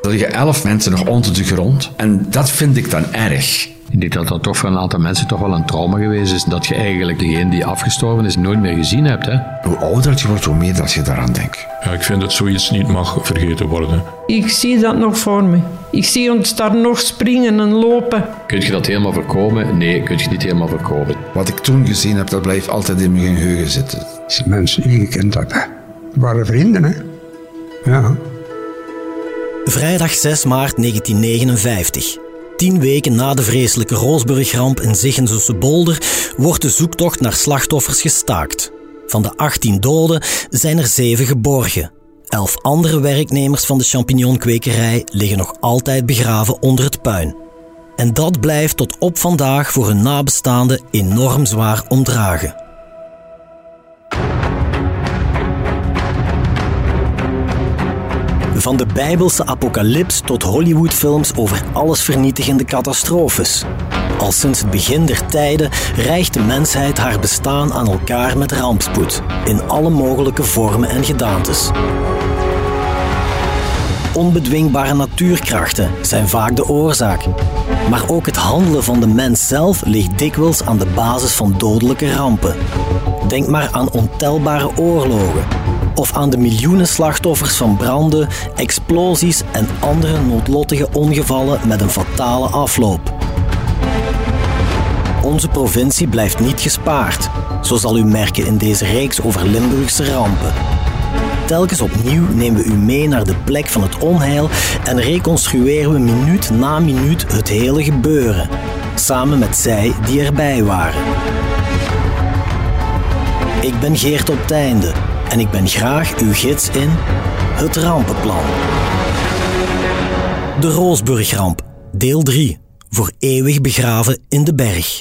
Er liggen 11 mensen nog onder de grond en dat vind ik dan erg. Ik denk dat dat toch voor een aantal mensen toch wel een trauma geweest is. Dat je eigenlijk degene die afgestorven is nooit meer gezien hebt. Hè? Hoe ouder je wordt, hoe meer dat je daaraan denkt. Ja, ik vind dat zoiets niet mag vergeten worden. Ik zie dat nog voor me. Ik zie ons daar nog springen en lopen. Kun je dat helemaal voorkomen? Nee, kun je niet helemaal voorkomen. Wat ik toen gezien heb, dat blijft altijd in mijn geheugen zitten. Als je mensen die je kent hebben. Het waren vrienden, hè. Ja. Vrijdag 6 maart 1959. 10 weken na de vreselijke Roosburgramp in Zichensussebolder wordt de zoektocht naar slachtoffers gestaakt. Van de 18 doden zijn er 7 geborgen. 11 andere werknemers van de champignonkwekerij liggen nog altijd begraven onder het puin. En dat blijft tot op vandaag voor hun nabestaanden enorm zwaar omdragen. Van de Bijbelse apocalyps tot Hollywoodfilms over allesvernietigende catastrofes. Al sinds het begin der tijden reigt de mensheid haar bestaan aan elkaar met rampspoed, in alle mogelijke vormen en gedaantes. Onbedwingbare natuurkrachten zijn vaak de oorzaak. Maar ook het handelen van de mens zelf ligt dikwijls aan de basis van dodelijke rampen. Denk maar aan ontelbare oorlogen. Of aan de miljoenen slachtoffers van branden, explosies en andere noodlottige ongevallen met een fatale afloop. Onze provincie blijft niet gespaard, zo zal u merken in deze reeks over Limburgse rampen. Telkens opnieuw nemen we u mee naar de plek van het onheil en reconstrueren we minuut na minuut het hele gebeuren, samen met zij die erbij waren. Ik ben Geert op Teinde en ik ben graag uw gids in Het Rampenplan. De Roosburgramp, deel 3, voor eeuwig begraven in de berg.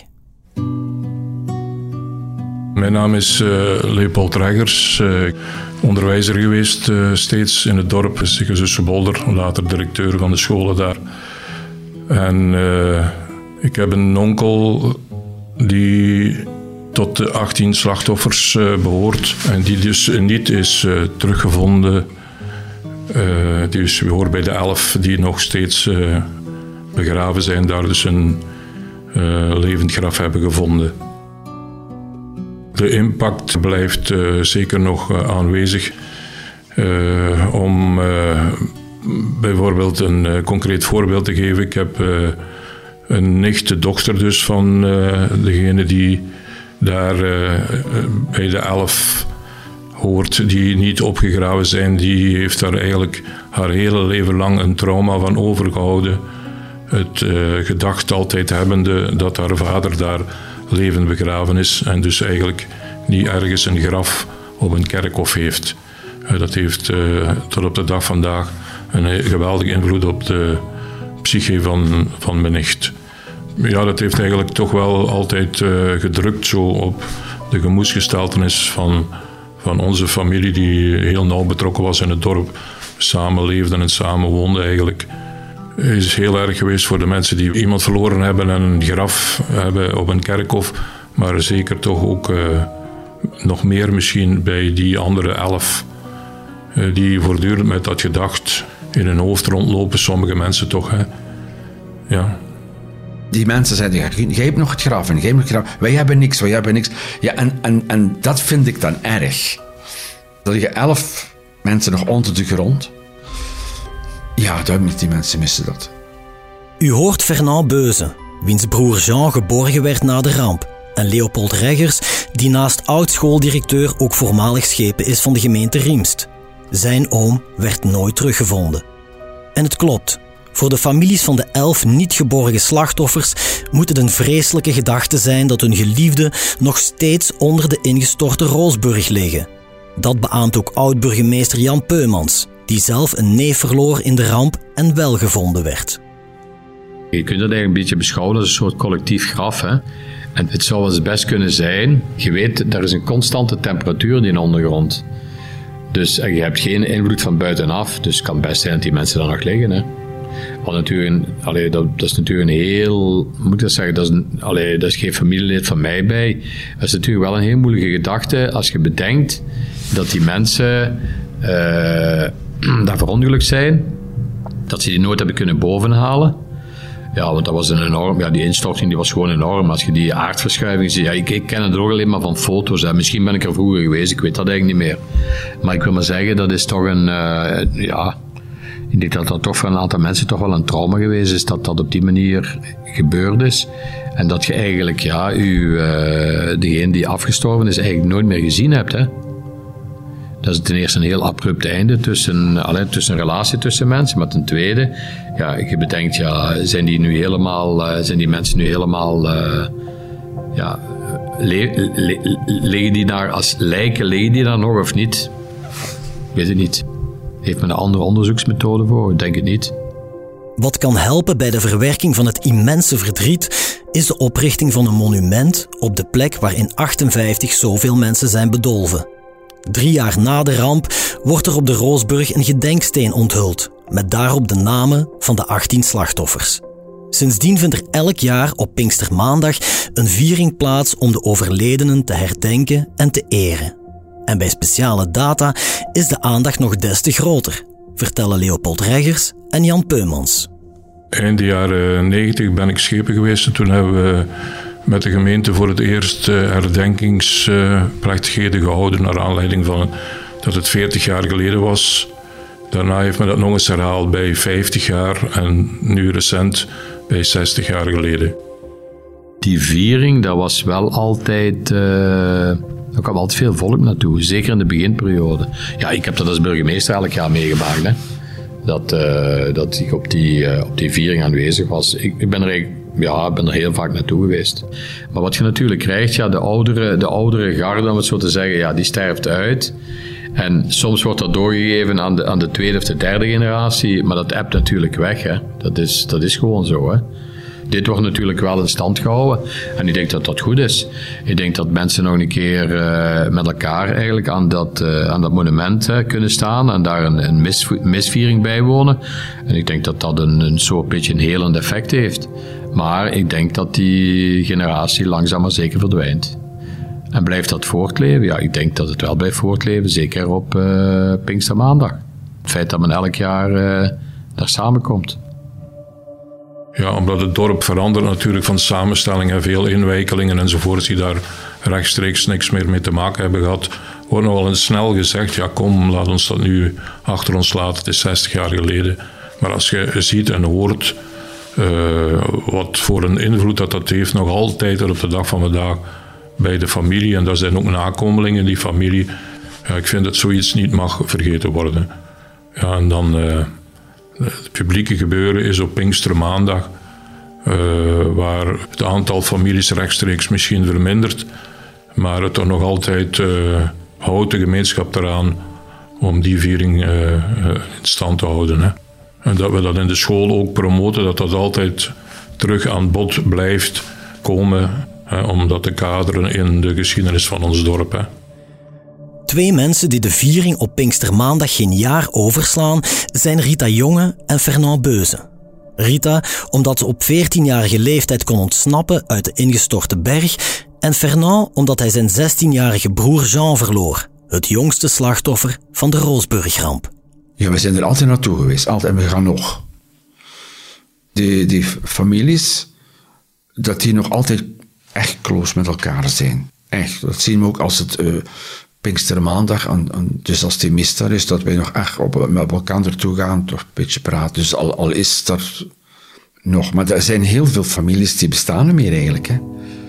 Mijn naam is Leopold Reggers, onderwijzer geweest steeds in het dorp Zichensussebolder, later directeur van de scholen daar. En ik heb een onkel die tot de 18 slachtoffers behoort en die dus niet is teruggevonden. Dus we horen bij de 11 die nog steeds begraven zijn, daar dus een levend graf hebben gevonden. De impact blijft zeker nog aanwezig. Om bijvoorbeeld een concreet voorbeeld te geven. Ik heb een nicht, de dochter dus van degene die daar bij de 11 hoort, die niet opgegraven zijn. Die heeft daar eigenlijk haar hele leven lang een trauma van overgehouden. Het gedacht altijd hebbende dat haar vader daar levend begraven is en dus eigenlijk niet ergens een graf op een kerkhof heeft. Dat heeft tot op de dag vandaag een geweldige invloed op de psyche van mijn nicht. Ja, dat heeft eigenlijk toch wel altijd gedrukt zo op de gemoedsgesteltenis van onze familie die heel nauw betrokken was in het dorp. Samen leefden en samen woonden eigenlijk. Het is heel erg geweest voor de mensen die iemand verloren hebben en een graf hebben op een kerkhof. Maar zeker toch ook nog meer misschien bij die andere 11. Die voortdurend met dat gedacht in hun hoofd rondlopen. Sommige mensen toch, hè. Ja. Die mensen zeiden, jij hebt nog het graf en jij hebt nog het graf. Wij hebben niks. Ja, en dat vind ik dan erg. Er liggen 11 mensen nog onder de grond. Ja, duidelijk, die mensen missen dat. U hoort Fernand Beuze, wiens broer Jean geborgen werd na de ramp. En Leopold Reggers, die naast oud-schooldirecteur ook voormalig schepen is van de gemeente Riemst. Zijn oom werd nooit teruggevonden. En het klopt. Voor de families van de 11 niet geborgen slachtoffers moet het een vreselijke gedachte zijn dat hun geliefden nog steeds onder de ingestorte Roosburg liggen. Dat beaamt ook oud-burgemeester Jan Peumans, die zelf een neef verloor in de ramp en wel gevonden werd. Je kunt dat eigenlijk een beetje beschouwen als een soort collectief graf, hè? En het zou wel eens best kunnen zijn, je weet, er is een constante temperatuur in die ondergrond. Dus je hebt geen invloed van buitenaf, dus het kan best zijn dat die mensen daar nog liggen, hè? Wat natuurlijk, dat is natuurlijk een heel, moet ik dat zeggen, dat is geen familielid van mij bij. Dat is natuurlijk wel een heel moeilijke gedachte als je bedenkt dat die mensen daar verongelukt zijn, dat ze die nooit hebben kunnen bovenhalen. Ja, want dat was een enorm... Ja, die instorting die was gewoon enorm. Als je die aardverschuiving ziet... Ja, ik ken het ook alleen maar van foto's. Hè. Misschien ben ik er vroeger geweest, ik weet dat eigenlijk niet meer. Maar ik wil maar zeggen, dat is toch een... ja... Ik denk dat dat toch voor een aantal mensen toch wel een trauma geweest is, dat dat op die manier gebeurd is. En dat je eigenlijk, ja, degene die afgestorven is, eigenlijk nooit meer gezien hebt, hè. Dat is ten eerste een heel abrupt einde tussen een relatie tussen mensen. Maar ten tweede, ja, je bedenkt, ja, zijn die mensen nu helemaal, liggen die daar als lijken, liggen die daar nog of niet? Ik weet het niet. Heeft men een andere onderzoeksmethode voor? Ik denk het niet. Wat kan helpen bij de verwerking van het immense verdriet is de oprichting van een monument op de plek waar in 1958 zoveel mensen zijn bedolven. 3 jaar na de ramp wordt er op de Roosburg een gedenksteen onthuld, met daarop de namen van de 18 slachtoffers. Sindsdien vindt er elk jaar op Pinkstermaandag een viering plaats om de overledenen te herdenken en te eren. En bij speciale data is de aandacht nog des te groter, vertellen Leopold Reggers en Jan Peumans. Eind de jaren 90 ben ik schepen geweest en toen hebben we met de gemeente voor het eerst herdenkingsplechtigheden gehouden naar aanleiding van dat het 40 jaar geleden was. Daarna heeft men dat nog eens herhaald bij 50 jaar en nu recent bij 60 jaar geleden. Die viering, dat was wel altijd... Er kwam altijd veel volk naartoe, zeker in de beginperiode. Ja, ik heb dat als burgemeester elk jaar meegemaakt, hè. Dat ik op die viering aanwezig was. Ik ben er heel vaak naartoe geweest. Maar wat je natuurlijk krijgt, ja, de oudere garde, om het zo te zeggen, ja, die sterft uit. En soms wordt dat doorgegeven aan de tweede of de derde generatie, maar dat ebbt natuurlijk weg, hè. Dat is gewoon zo, hè. Dit wordt natuurlijk wel in stand gehouden. En ik denk dat dat goed is. Ik denk dat mensen nog een keer met elkaar eigenlijk aan dat monument kunnen staan en daar een misviering bijwonen. En ik denk dat dat een soort beetje een helend effect heeft. Maar ik denk dat die generatie langzaam maar zeker verdwijnt. En blijft dat voortleven? Ja, ik denk dat het wel blijft voortleven, zeker op Pinkstermaandag. Het feit dat men elk jaar daar samenkomt. Ja, omdat het dorp verandert natuurlijk van samenstelling en veel inwijkelingen enzovoort die daar rechtstreeks niks meer mee te maken hebben gehad, wordt nogal eens snel gezegd, ja kom, laat ons dat nu achter ons laten, het is 60 jaar geleden. Maar als je ziet en hoort wat voor een invloed dat heeft nog altijd op de dag van vandaag bij de familie, en daar zijn ook nakomelingen in die familie, ja, ik vind dat zoiets niet mag vergeten worden. Ja, en dan... Het publieke gebeuren is op Pinkstermaandag, waar het aantal families rechtstreeks misschien vermindert, maar het toch nog altijd houdt de gemeenschap eraan om die viering in stand te houden. Hè. En dat we dat in de school ook promoten, dat dat altijd terug aan bod blijft komen, om dat te kaderen in de geschiedenis van ons dorp. Hè. 2 mensen die de viering op Pinkstermaandag geen jaar overslaan, zijn Rita Jonge en Fernand Beuze. Rita, omdat ze op 14-jarige leeftijd kon ontsnappen uit de ingestorte berg, en Fernand, omdat hij zijn 16-jarige broer Jean verloor, het jongste slachtoffer van de Roosburgramp. Ja, we zijn er altijd naartoe geweest, altijd, en we gaan nog. Die families, dat die nog altijd echt close met elkaar zijn. Echt, dat zien we ook als het... Pinkstermaandag, dus als die mis daar is, dat wij nog echt met elkaar naartoe gaan, toch een beetje praten. Dus al is er nog... Maar er zijn heel veel families die bestaan niet meer eigenlijk, hè.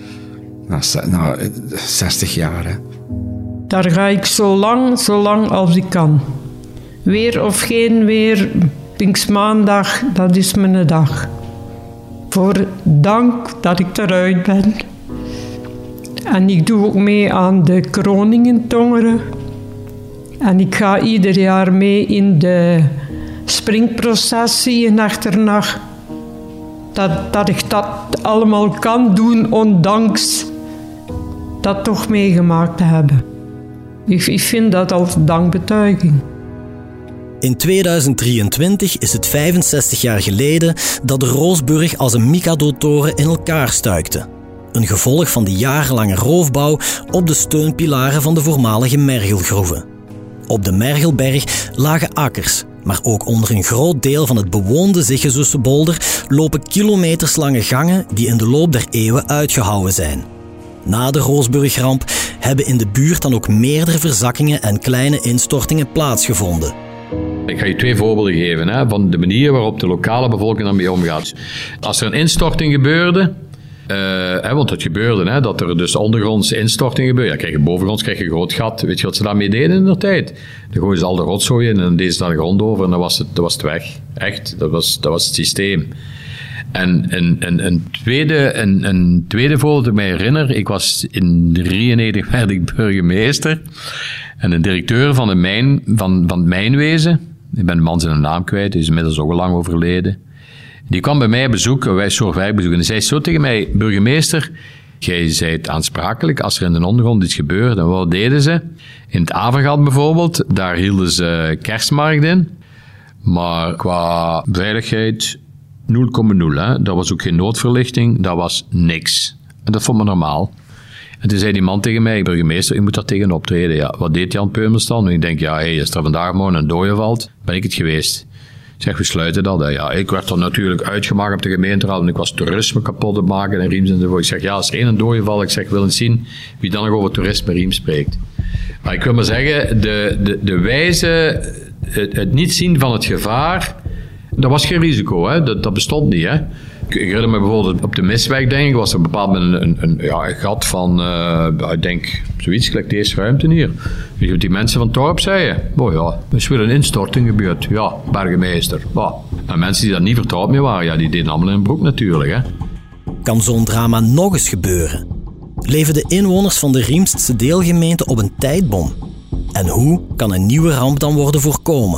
Na 60 jaar, hè. Daar ga ik zo lang als ik kan. Weer of geen weer, Pinkstermaandag, dat is mijn dag. Voor dank dat ik eruit ben. En ik doe ook mee aan de Kroningen-tongeren. En ik ga ieder jaar mee in de springprocessie in achternacht. Dat ik dat allemaal kan doen, ondanks dat toch meegemaakt te hebben. Ik vind dat als dankbetuiging. In 2023 is het 65 jaar geleden dat de Roosburg als een Mikado-toren in elkaar stuikte. Een gevolg van de jarenlange roofbouw op de steunpilaren van de voormalige Mergelgroeven. Op de Mergelberg lagen akkers, maar ook onder een groot deel van het bewoonde Zigezussenbolder lopen kilometerslange gangen die in de loop der eeuwen uitgehouwen zijn. Na de Roosburgramp hebben in de buurt dan ook meerdere verzakkingen en kleine instortingen plaatsgevonden. Ik ga je 2 voorbeelden geven van de manier waarop de lokale bevolking daarmee omgaat. Als er een instorting gebeurde, want het gebeurde, dat er dus ondergrondse instorting gebeurde. Bovengronds krijg je een groot gat. Weet je wat ze daarmee deden in de tijd? Dan gooien ze al de rotzooi in en dan deden ze daar de grond over en dan was het weg. Echt, dat was het systeem. En een tweede voorbeeld dat ik mij herinner, ik was in 1993 werd ik burgemeester en een directeur van het mijnwezen, ik ben de man zijn naam kwijt, die is inmiddels ook al lang overleden, die kwam bij mij bezoeken, wij soort werkbezoek, en die zei zo tegen mij: burgemeester, jij zijt aansprakelijk als er in de ondergrond iets gebeurt. En wat deden ze? In het Avergat bijvoorbeeld, daar hielden ze kerstmarkt in, maar qua veiligheid 0,0. Dat was ook geen noodverlichting, dat was niks. En dat vond me normaal. En toen zei die man tegen mij: burgemeester, u moet daar tegen optreden. Ja, wat deed Jan Peumels dan? En ik denk, als er vandaag morgen een dode valt, ben ik het geweest. Ik zeg, we sluiten dat. Ja, ik werd dan natuurlijk uitgemaakt op de gemeenteraad en ik was toerisme kapot te maken en Riems enzovoort. Ik zeg, als er één dode valt, ik wil eens zien wie dan nog over toerisme Riems spreekt. Maar ik wil maar zeggen, de wijze, het niet zien van het gevaar, dat was geen risico, dat bestond niet. Ik herinner me bijvoorbeeld op de Misweg, denk ik, was er bepaald een gat van, ik denk, zoiets gelijk deze ruimte hier. Weet je wat die mensen van het dorp zeiden? Er is weer een instorting gebeurd. Ja, burgemeester. En mensen die daar niet vertrouwd mee waren, die deden allemaal in een broek natuurlijk. Kan zo'n drama nog eens gebeuren? Leven de inwoners van de Riemstse deelgemeente op een tijdbom? En hoe kan een nieuwe ramp dan worden voorkomen?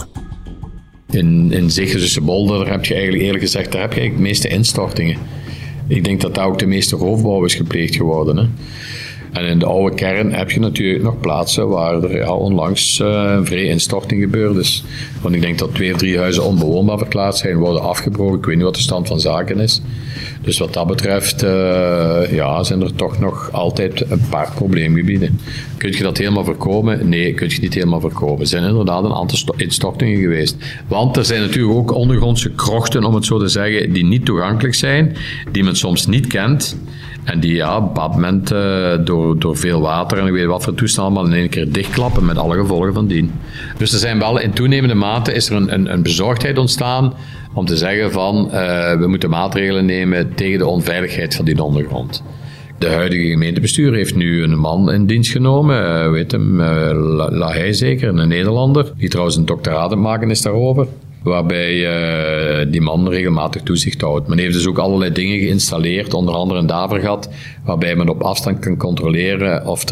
In Zigezussenbolder, daar heb je eigenlijk eerlijk gezegd, daar heb je eigenlijk de meeste instortingen. Ik denk dat daar ook de meeste roofbouw is gepleegd geworden. En in de oude kern heb je natuurlijk nog plaatsen waar er onlangs een vrije instorting gebeurd is. Want ik denk dat 2 of 3 huizen onbewoonbaar verklaard zijn, worden afgebroken. Ik weet niet wat de stand van zaken is. Dus wat dat betreft zijn er toch nog altijd een paar probleemgebieden. Kun je dat helemaal voorkomen? Nee, kun je niet helemaal voorkomen. Er zijn inderdaad een aantal instortingen geweest. Want er zijn natuurlijk ook ondergrondse krochten, om het zo te zeggen, die niet toegankelijk zijn, die men soms niet kent. En die op een bepaald moment door veel water en ik weet wat voor toestanden allemaal in één keer dichtklappen met alle gevolgen van dien. Dus er zijn wel in toenemende mate is er een bezorgdheid ontstaan om te zeggen van we moeten maatregelen nemen tegen de onveiligheid van die ondergrond. De huidige gemeentebestuur heeft nu een man in dienst genomen, weet hem, Lahey zeker, een Nederlander, die trouwens een doctoraat aan het maken is daarover. Waarbij die man regelmatig toezicht houdt. Men heeft dus ook allerlei dingen geïnstalleerd, onder andere een Davergat, waarbij men op afstand kan controleren of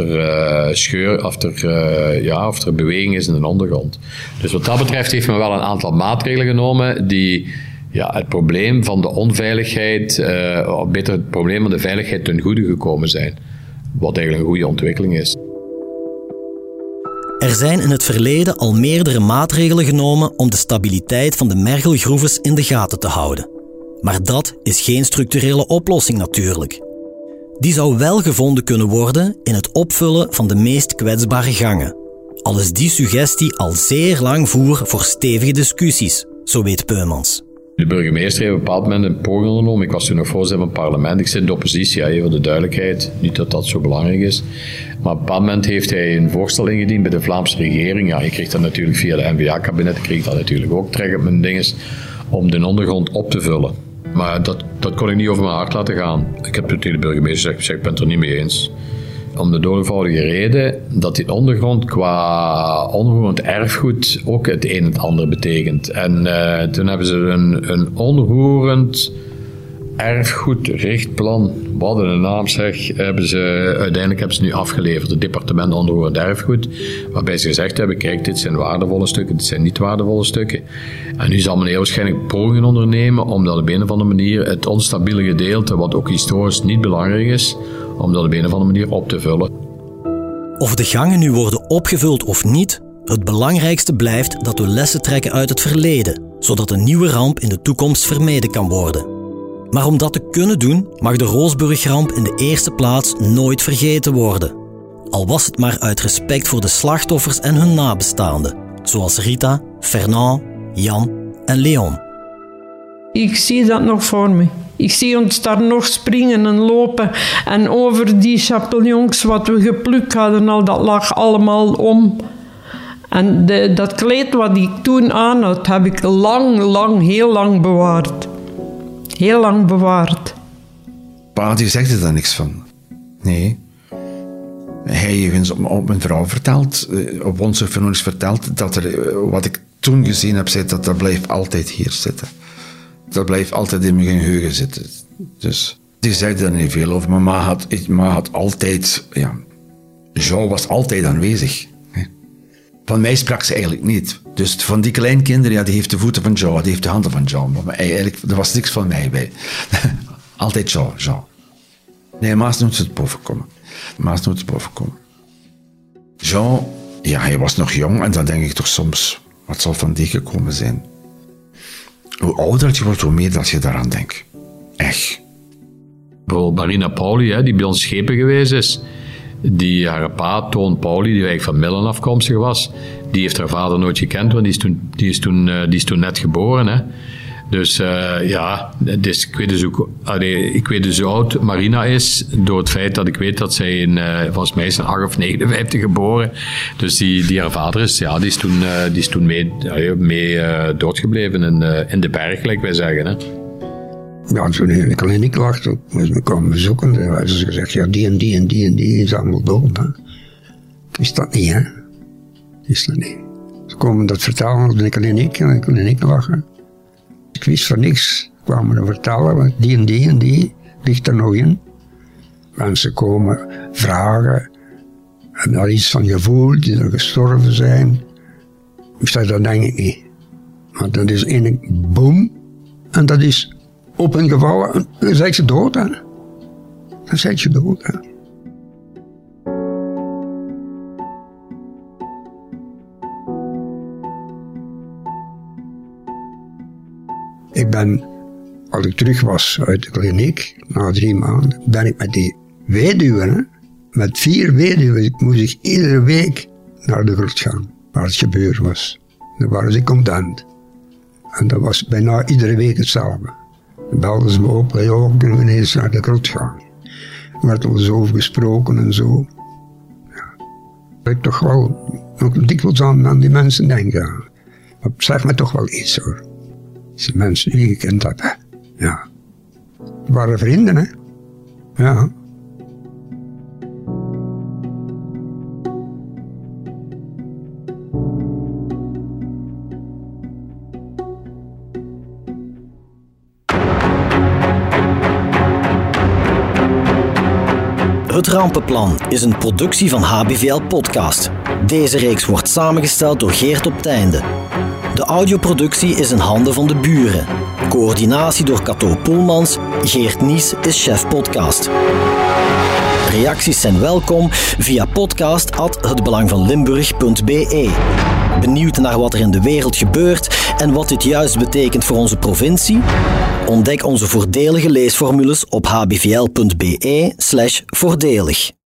er beweging is in de ondergrond. Dus wat dat betreft heeft men wel een aantal maatregelen genomen die het probleem van de onveiligheid, of beter het probleem van de veiligheid ten goede gekomen zijn. Wat eigenlijk een goede ontwikkeling is. Er zijn in het verleden al meerdere maatregelen genomen om de stabiliteit van de mergelgroeves in de gaten te houden. Maar dat is geen structurele oplossing natuurlijk. Die zou wel gevonden kunnen worden in het opvullen van de meest kwetsbare gangen. Al is die suggestie al zeer lang voer voor stevige discussies, zo weet Peumans. De burgemeester heeft op een bepaald moment een poging ondernomen. Ik was toen nog voorzitter van het parlement. Ik zit in de oppositie, voor de duidelijkheid. Niet dat dat zo belangrijk is. Maar op een bepaald moment heeft hij een voorstel ingediend bij de Vlaamse regering. Ja, ik kreeg dat natuurlijk via de NVA-kabinet. Ik kreeg dat natuurlijk ook terug op mijn dinges om de ondergrond op te vullen. Maar dat kon ik niet over mijn hart laten gaan. Ik heb tegen de burgemeester gezegd, ik ben het er niet mee eens. Om de doodvoudige reden dat die ondergrond qua onroerend erfgoed ook het een en het ander betekent. En toen hebben ze een onroerend erfgoedrichtplan, wat een naam zeg, uiteindelijk hebben ze nu afgeleverd, het departement onroerend erfgoed, waarbij ze gezegd hebben, kijk, dit zijn waardevolle stukken, dit zijn niet waardevolle stukken. En nu zal men heel waarschijnlijk pogingen ondernemen om dat op een of andere manier het onstabiele gedeelte, wat ook historisch niet belangrijk is, om dat op een of andere manier op te vullen. Of de gangen nu worden opgevuld of niet, het belangrijkste blijft dat we lessen trekken uit het verleden, zodat een nieuwe ramp in de toekomst vermeden kan worden. Maar om dat te kunnen doen, mag de Roosburgramp in de eerste plaats nooit vergeten worden. Al was het maar uit respect voor de slachtoffers en hun nabestaanden, zoals Rita, Fernand, Jan en Leon. Ik zie dat nog voor me. Ik zie ons daar nog springen en lopen. En over die champignons wat we geplukt hadden, al, dat lag allemaal om. En dat kleed wat ik toen aan had, heb ik heel lang bewaard. Heel lang bewaard. Pa, die zegt er dan niks van. Nee. Hij heeft op mijn vrouw verteld, op onze vernoemings verteld, dat er, wat ik toen gezien heb, zei dat blijft altijd hier zitten. Dat blijft altijd in mijn geheugen zitten. Dus die zei er niet veel over. Maar ma had altijd... Ja, Jean was altijd aanwezig. Van mij sprak ze eigenlijk niet. Dus van die kleinkinderen, ja, die heeft de voeten van Jean, die heeft de handen van Jean. Maar eigenlijk, er was niks van mij bij. Altijd Jean. Nee, Maas moet het boven komen. Jean, ja, hij was nog jong en dan denk ik toch soms, wat zal van die gekomen zijn? Hoe ouder je wordt, hoe meer dat je daaraan denkt. Echt. Bijvoorbeeld Marina Pauli, die bij ons schepen geweest is. Die haar pa, Toon Pauli, die eigenlijk van Millen afkomstig was, die heeft haar vader nooit gekend, want die is toen net geboren. Hè. Dus dus ik weet dus hoe oud Marina is, door het feit dat ik weet dat zij volgens mij is in 8 of 59 geboren. Dus die haar vader is, ja, die is toen mee doodgebleven in de berg, gelijk wij zeggen. Hè. Ja, toen ik alleen niet lag, moest me komen bezoeken. Toen hadden ze gezegd, ja, die en die en die en die is allemaal dood. Hè. Ik wist dat niet, hè. Ze komen dat vertellen, dan ik alleen niet lachen. Ik wist van niks. Kwamen er vertellen, die en die en die ligt er nog in. Mensen komen vragen, en daar iets van gevoeld, die er gestorven zijn. Ik zei, dat denk ik niet. Maar dat is één boom, en dat is op hen gevallen, en dan zijn ze dood, hè. Ik ben, als ik terug was uit de kliniek, na 3 maanden, ben ik met die weduwen, met 4 weduwen, moest ik iedere week naar de grot gaan, waar het gebeurd was. Dan waren ze content. En dat was bijna iedere week hetzelfde. Dan belden ze me op, kunnen we ineens naar de grot gaan. Er werd al zo over gesproken en zo. Ja. Dat ik toch wel nog dikwijls aan die mensen denken. Maar zeg me toch wel iets, hoor. Die mensen die ik gekend heb, hè. Ja. Het waren vrienden, hè. Ja. Het Rampenplan is een productie van HBVL Podcast. Deze reeks wordt samengesteld door Geert op Teinde. De audioproductie is in handen van de buren. Coördinatie door Cato Poelmans. Geert Nies is chef podcast. Reacties zijn welkom via podcast@hetbelangvanlimburg.be. Benieuwd naar wat er in de wereld gebeurt en wat dit juist betekent voor onze provincie? Ontdek onze voordelige leesformules op hbvl.be/voordelig.